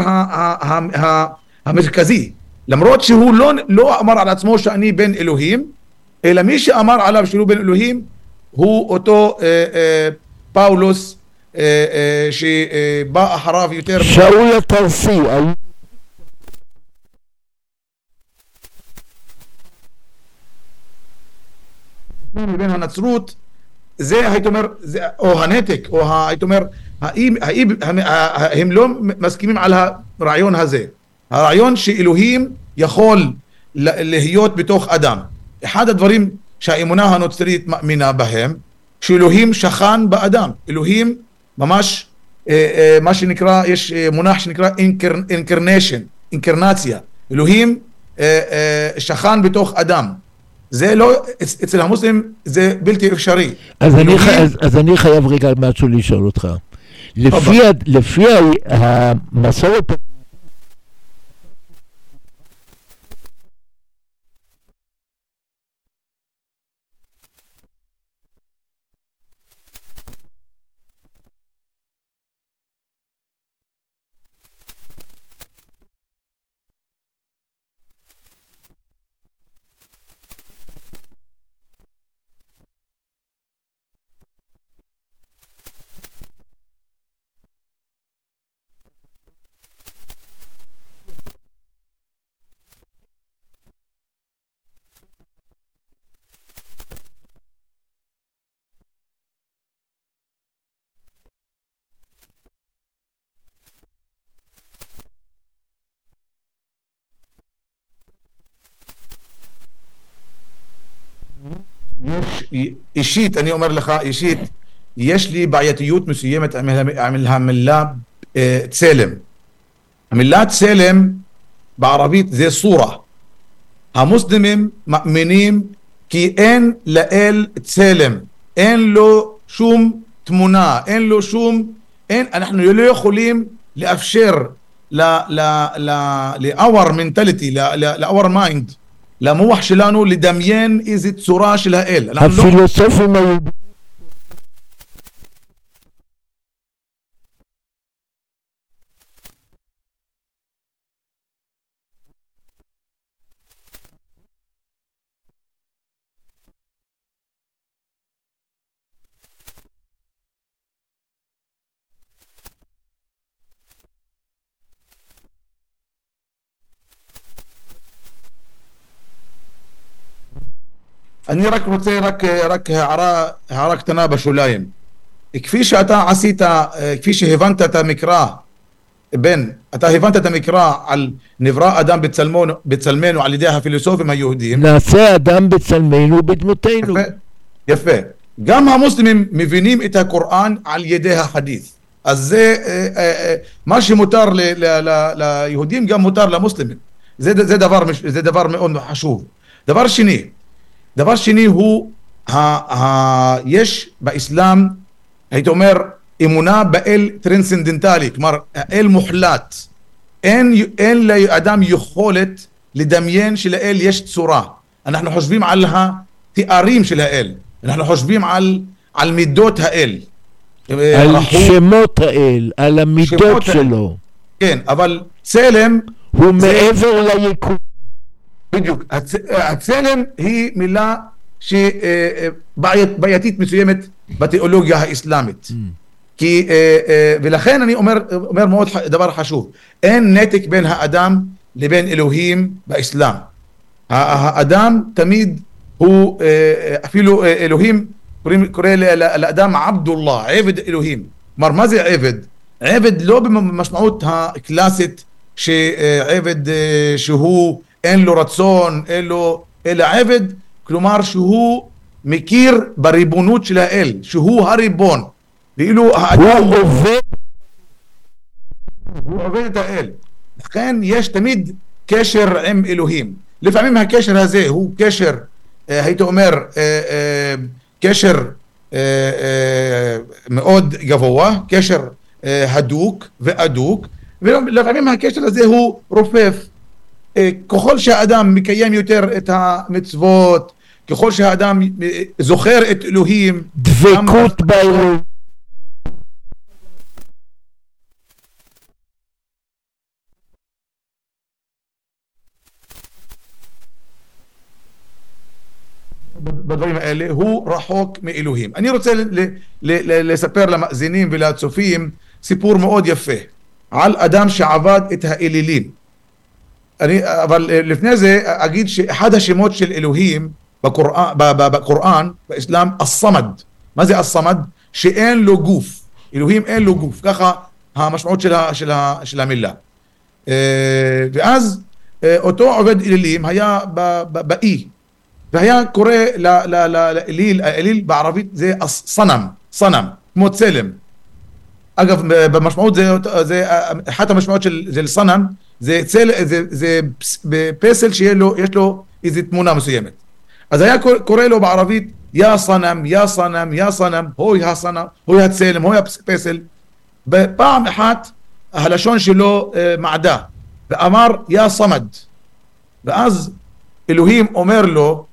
המרכזי. למרות שהוא לא אמר על עצמו שאני בן אלוהים, אלא מי שאמר עליו שהוא בן אלוהים הוא אותו פאולוס שבא אחריו יותר שאול התרסי. בין הנצרות, זה הייתי אומר, או הנתק, או הייתי אומר, הם לא מסכימים על הרעיון הזה. הרעיון שאלוהים יכול להיות בתוך אדם. אחד הדברים שהאמונה הנוצרית מאמינה בהם, שאלוהים שכן באדם. אלוהים ממש, מה שנקרא, יש מונח שנקרא אינקרנציה. אלוהים שכן בתוך אדם. זה לא, אצל המוסלמים זה בלתי אפשרי. אז אני חייב רגע משהו לשאול אותך. לפי המסורת, אישית, אני אומר לך, אישית, יש לי בעייתיות מסוימת עם המילה צלם. המילה צלם בערבית זה סורה. המוסלמים מאמינים כי אין לאל צלם, אין לו שום תמונה, אין לו שום, אנחנו לא יכולים לאפשר ל-our mentality, ל-our mind, למוח שלנו לדמיין איזו צורה של האל. הפילוסופים אני רק רוצה רק הערה קטנה בשוליים. כפי שאתה עשית, כפי שהבנת את המקרא, אתה הבנת את המקרא על נברא אדם בצלמנו על ידי הפילוסופים היהודים. נעשה אדם בצלמנו בדמותנו. יפה. גם המוסלמים מבינים את הקוראן על ידי החדית'. אז זה מה שמותר ליהודים גם מותר למוסלמים. זה דבר מאוד חשוב. דבר שני הוא, יש באסלאם, הייתי אומר, אמונה באל טרנסצנדנטלי, כלומר, האל מוחלט. אין לאדם יכולת לדמיין שלאל יש צורה. אנחנו חושבים על התיארים של האל, אנחנו חושבים על מידות האל. על שמות האל, על המידות שלו. כן, אבל צלם הוא מעבר ליקום. בדיוק, הצלם היא מילה שבעייתית מסוימת בתיאולוגיה האסלאמית. כי, ולכן אני אומר מאוד דבר חשוב, אין נתק בין האדם לבין אלוהים באסלאם. האדם תמיד הוא, אפילו אלוהים קורא לאדם עבדולlah, עבד אלוהים. כלומר, מה זה עבד? עבד לא במשמעות הקלאסית שעבד שהוא אין לו רצון, אלא עבד, כלומר שהוא מכיר בריבונות של האל, שהוא הריבון. ואילו האדם הוא עובד את האל. לכן יש תמיד קשר עם אלוהים. לפעמים הקשר הזה הוא קשר, הייתי אומר, קשר מאוד גבוה, קשר הדוק ואדוק, ולפעמים הקשר הזה הוא רופף. ככל שהאדם מקיים יותר את המצוות, ככל שהאדם זוכר את אלוהים, דבקות באלוהים. בדברים האלה הוא רחוק מאלוהים. אני רוצה לספר למאזינים ולצופים סיפור מאוד יפה על אדם שעבד את האלילים. אבל לפני זה אגיד שאחד השמות של אלוהים בקוראן, באסלאם, הסמד. מה זה הסמד? שאין לו גוף. אלוהים אין לו גוף. ככה המשמעות של המילה. ואז אותו עובד אלילים היה באי. והיה קורא לאליל בערבית זה סנם, כמו צלם. אגב, במשמעות זה אחת המשמעות של סנם, זה פסל שיש לו איזו תמונה מסוימת. אז היה קורא לו בערבית, יא סנם, יא סנם, יא סנם, הוי הסנם, הוי הצלם, הוי הפסל. בפעם אחת הלשון שלו מעדה, ואמר יא סמד. ואז אלוהים אומר לו,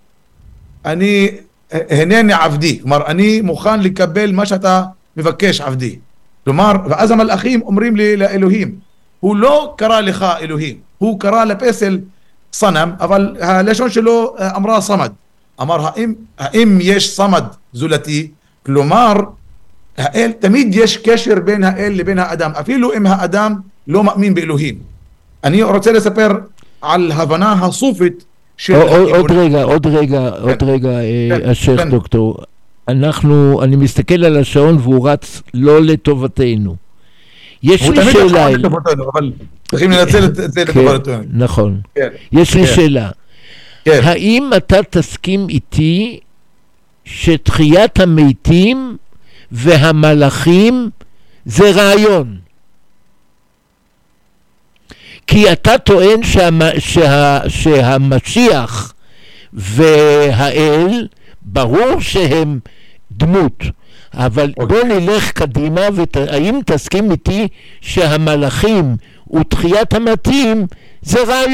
הנני עבדי, כלומר אני מוכן לקבל מה שאתה מבקש עבדי. כלומר, ואז המלאכים אומרים לי לאלוהים, הוא לא קרא לך אלוהים, הוא קרא לפסל סנם, אבל הלשון שלו אמרה סמד. אמר, האם יש סמד זולתי? כלומר, האל, תמיד יש קשר בין האל לבין האדם, אפילו אם האדם לא מאמין באלוהים. אני רוצה לספר על הבנה הסופית עוד רגע, השייך דוקטור. אני מסתכל על השעון והוא רץ לא לטובתנו. יש לי שאלה. אבל צריכים לנצל את זה לטובתנו. נכון. יש לי שאלה. האם אתה תסכים איתי שתחיית המתים והמלאכים זה רעיון? כי אתה טוען שהמשיח והאל ברור שהם דמות, אבל בוא נלך קדימה, והאם תסכים איתי שהמלאכים ותחיית המתים זה רעיון?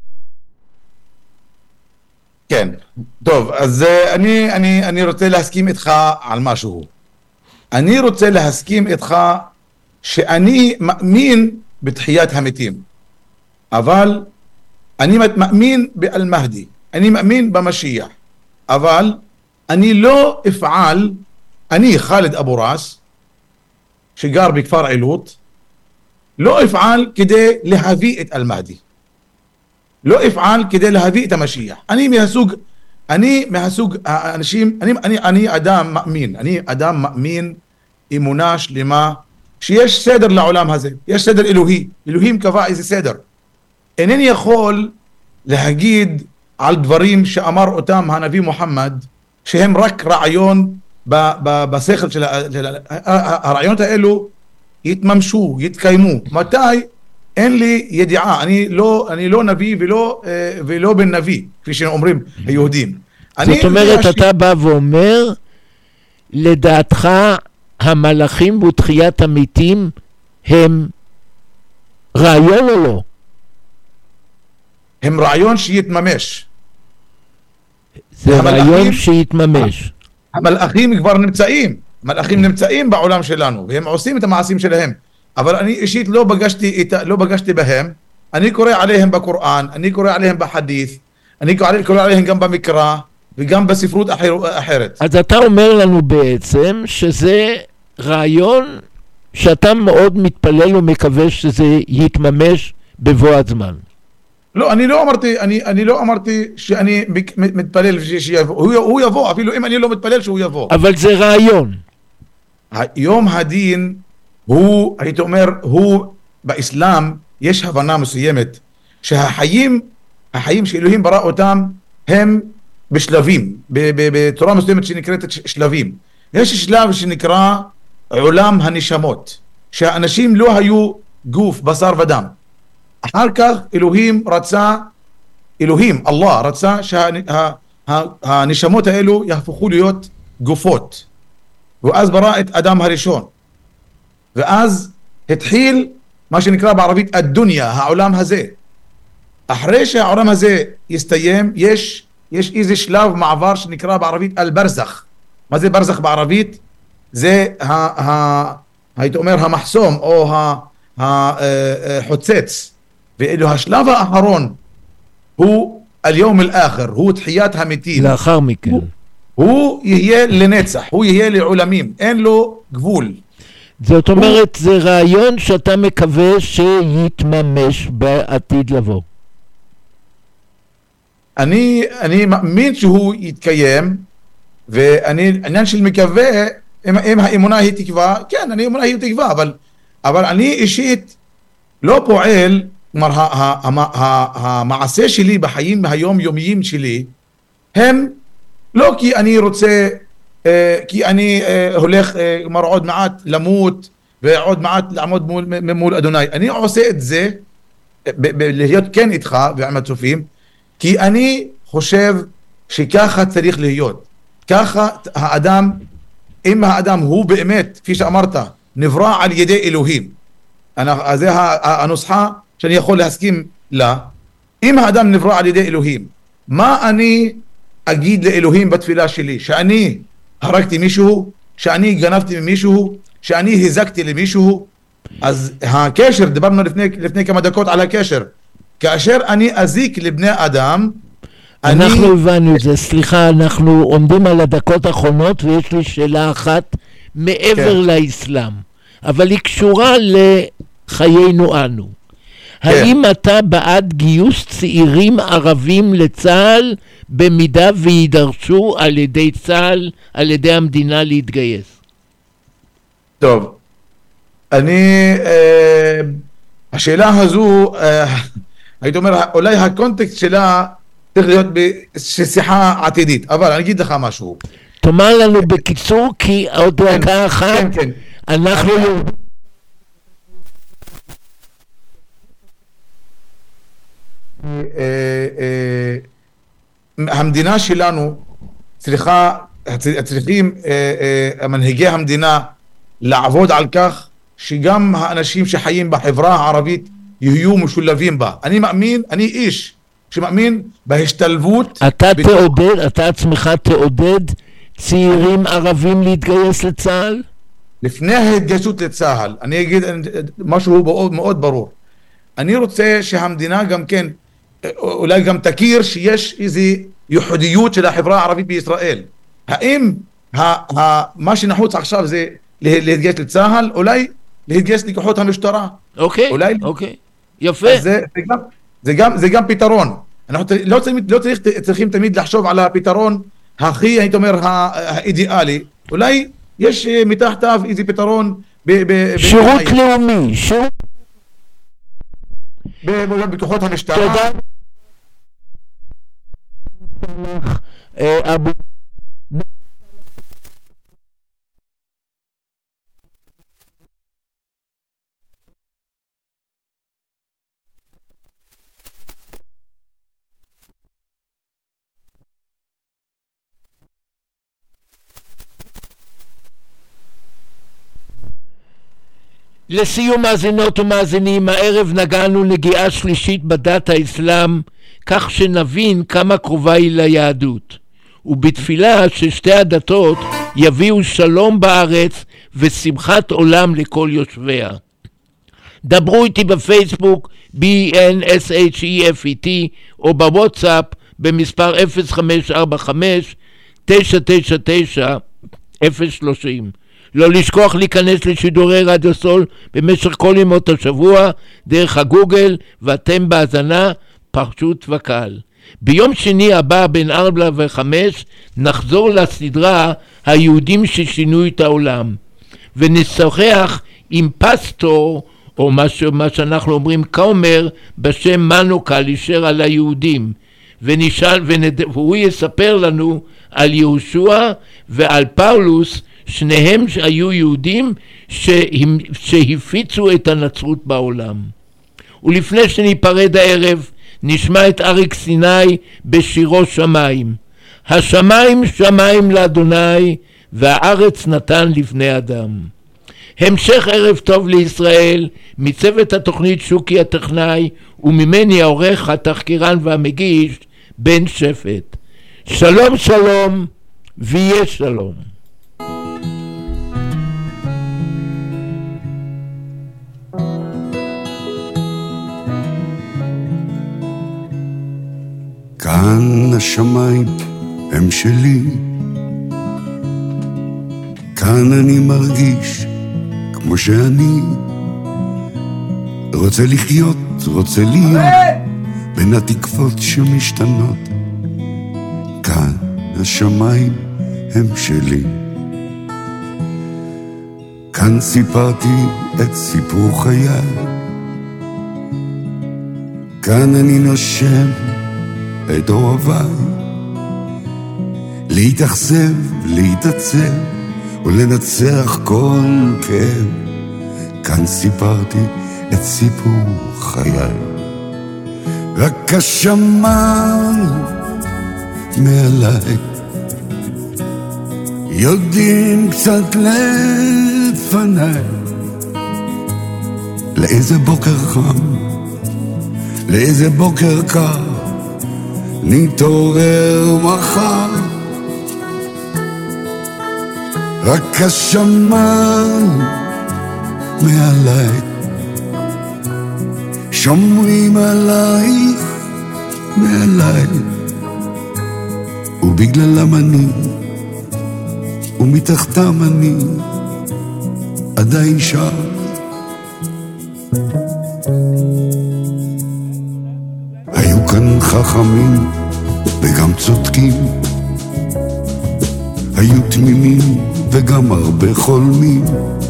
כן, טוב, אז אני רוצה להסכים איתך על משהו. אני רוצה להסכים איתך שאני מאמין בתחיית המתים. אבל אני מאמין באל-מהדי, אני מאמין במשיח, אבל אני לא אפעל, אני חאלד אבו ראס, שגר בכפר עילוט, לא אפעל כדי להביא את אל-מהדי, לא אפעל כדי להביא את המשיח. אני מהסוג האנשים, אני אדם מאמין אמונה שלמה, שיש סדר לעולם הזה, יש סדר אלוהי, אלוהים קבע איזה סדר. אינני יכול להגיד על דברים שאמר אותם הנביא מוחמד שהם רק רעיון בשכל של הרעיונות האלו יתממשו, יתקיימו. מתי? אין לי ידיעה, אני לא נביא ולא בן נביא, כפי שאומרים היהודים. זאת אומרת, אתה בא ואומר, לדעתך המלאכים ותחיית המתים הם רעיון או לא? הם רעיון שיתממש. זה רעיון שיתממש. המלאכים כבר נמצאים בעולם שלנו, והם עושים את המעשים שלהם. אבל אני אישית לא פגשתי בהם. אני קורא עליהם בקוראן, אני קורא עליהם בחדית', אני קורא עליהם גם במקרא וגם בספרות אחרת. אז אתה אומר לנו בעצם שזה רעיון שאתה מאוד מתפלל ומקווה שזה יתממש בבוא הזמן. לא, אני לא אמרתי שאני מתפלל שיבוא. הוא יבוא, אפילו אם אני לא מתפלל שהוא יבוא. אבל זה רעיון. יום הדין הוא, הייתי אומר, הוא באסלאם יש הבנה מסוימת שהחיים שאלוהים ברא אותם הם בשלבים, בתורה מסוימת שנקראת שלבים. יש שלב שנקרא עולם הנשמות, שהאנשים לא היו גוף, בשר ודם. אחר כך אללה רצה שהנשמות האלו יהפכו להיות גופות, ואז ברא את אדם הראשון, ואז התחיל מה שנקרא בערבית הדוניה, העולם הזה. אחרי שהעולם הזה יסתיים, יש איזה שלב מעבר שנקרא בערבית אל-ברזח. מה זה ברזח בערבית? זה הייתי אומר המחסום או החוצץ. ואילו השלב האחרון הוא אל-יום אל-אחר, הוא תחיית המתים. לאחר מכן. הוא יהיה לנצח, הוא יהיה לעולמים, אין לו גבול. זאת אומרת, זה רעיון שאתה מקווה שיתממש בעתיד לבוא. אני מאמין שהוא יתקיים, עניין של מקווה, אם האמונה היא תקווה, כן, האמונה היא תקווה, אבל אני אישית לא פועל, כלומר, המעשה שלי בחיים היומיומיים שלי, הם לא כי אני רוצה, כי אני הולך, כלומר, עוד מעט למות, ועוד מעט לעמוד מול אדוני. אני עושה את זה, להיות כן איתך ועם הצופים, כי אני חושב שככה צריך להיות. ככה האדם, אם האדם הוא באמת, כפי שאמרת, נברא על ידי אלוהים. אז זה הנוסחה שאני יכול להסכים לה. אם האדם נברא על ידי אלוהים, מה אני אגיד לאלוהים בתפילה שלי? שאני הרגתי מישהו? שאני גנבתי ממישהו? שאני הזקתי למישהו? אז הקשר, דיברנו לפני כמה דקות על הקשר. כאשר אני אזיק לבני אדם, אנחנו הבנו את זה. סליחה, אנחנו עומדים על הדקות האחרונות, ויש לי שאלה אחת מעבר לאסלאם, אבל היא קשורה לחיינו אנו. האם אתה בעד גיוס צעירים ערבים לצה"ל במידה וידרשו על ידי צה"ל, על ידי המדינה להתגייס? טוב, השאלה הזו, הייתי אומר, אולי הקונטקסט שלה צריך להיות בשיחה עתידית, אבל אני אגיד לך משהו. תאמר לנו בקיצור, כי עוד דקה אחת, אנחנו... המדינה שלנו צריכים מנהיגי המדינה לעבוד על כך שגם האנשים שחיים בחברה הערבית יהיו משולבים בה. אני איש שמאמין בהשתלבות. אתה עצמך תעודד צעירים ערבים להתגייס לצה"ל? לפני ההתגייסות לצה"ל, אני אגיד משהו מאוד ברור. אני רוצה שהמדינה גם כן, אולי גם תכיר שיש איזו ייחודיות של החברה הערבית בישראל. האם מה שנחוץ עכשיו זה להתגייס לצה"ל, אולי להתגייס לכוחות המשטרה? אוקיי, יפה. זה גם פתרון. אנחנו לא צריכים תמיד לחשוב על הפתרון הכי, הייתי אומר, האידיאלי. אולי יש מתחתיו איזה פתרון שירות לאומי, בכוחות המשטרה. תודה. לסיום מאזינות ומאזינים, הערב נגענו נגיעה שלישית בדת האסלאם, כך שנבין כמה קרובה היא ליהדות, ובתפילה ששתי הדתות יביאו שלום בארץ ושמחת עולם לכל יושביה. דברו איתי בפייסבוק BNSHEFET או בוואטסאפ במספר 0545-999-030. לא לשכוח להיכנס לשידורי רדיו סול במשך כל ימות השבוע דרך הגוגל, ואתם בהאזנה פשוט וקל. ביום שני הבא בין 4 ו-5 נחזור לסדרה היהודים ששינו את העולם, ונשוחח עם פסטור, או מה שאנחנו אומרים כומר, בשם מנו קלישר על היהודים, והוא יספר לנו על יהושע ועל פאולוס, שניהם היו יהודים שהפיצו את הנצרות בעולם. ולפני שניפרד הערב, נשמע את אריק סיני בשירו שמיים. השמיים שמיים לאדוני, והארץ נתן לבני אדם. המשך ערב טוב לישראל, מצוות התוכנית שוקי הטכנאי, וממני העורך, התחקירן והמגיש, בן שפט. שלום שלום, ויהיה שלום. כאן השמיים הם שלי, כאן אני מרגיש כמו שאני רוצה לחיות, רוצה להיות בין התקוות שמשתנות. כאן השמיים הם שלי, כאן סיפרתי את סיפור חיי, כאן אני נושם את אוהביי, להתאכזב, להתעצב ולנצח כל כאב. כאן סיפרתי את סיפור חיי. רק השמיים מעליי יודעים קצת לפניי לאיזה בוקר חם, לאיזה בוקר קר נתעורר מחר. רק השמיים מעליי שומרים עלייך מעליי, ובגללם אני ומתחתם אני עדיין שר. היו כאן חכמים וגם צודקים, היו תמימים וגם הרבה חולמים,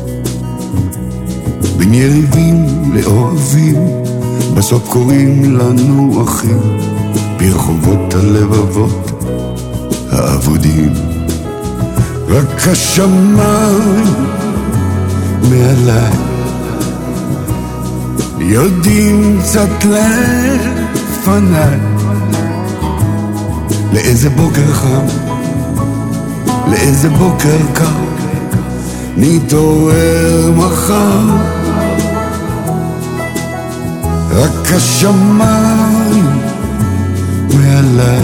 בין יריבים לאוהבים בסוף קוראים לנו אחים, ברחובות הלבבות האבודים. רק השמיים מעליי יודעים קצת לפניי לאיזה בוקר חם, לאיזה בוקר קר נתעורר מחר. רק השמיים מעליי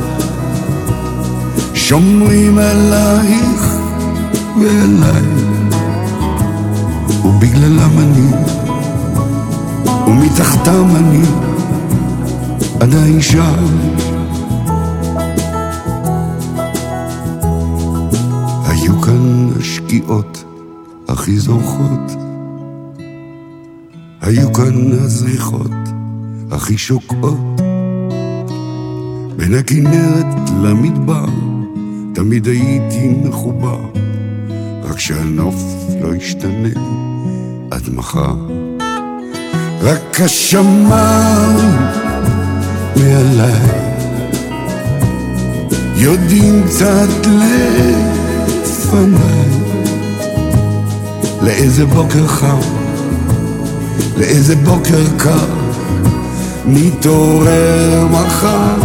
שומרים עלייך ועליי, ובגללם אני ומתחתם אני עדיין שר. היו כאן השקיעות הכי זורחות, היו כאן הזריחות הכי שוקעות, בין הכנרת למדבר תמיד הייתי מחובר, רק שהנוף לא ישתנה עד מחר. רק השמיים מעליי יודעים קצת לפניי לאיזה בוקר חם, לאיזה בוקר קר נתעורר מחר.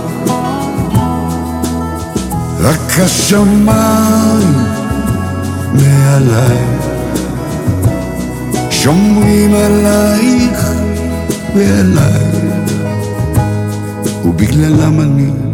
רק השמיים מעליי שומרים עלייך ועליי, ובגללם אני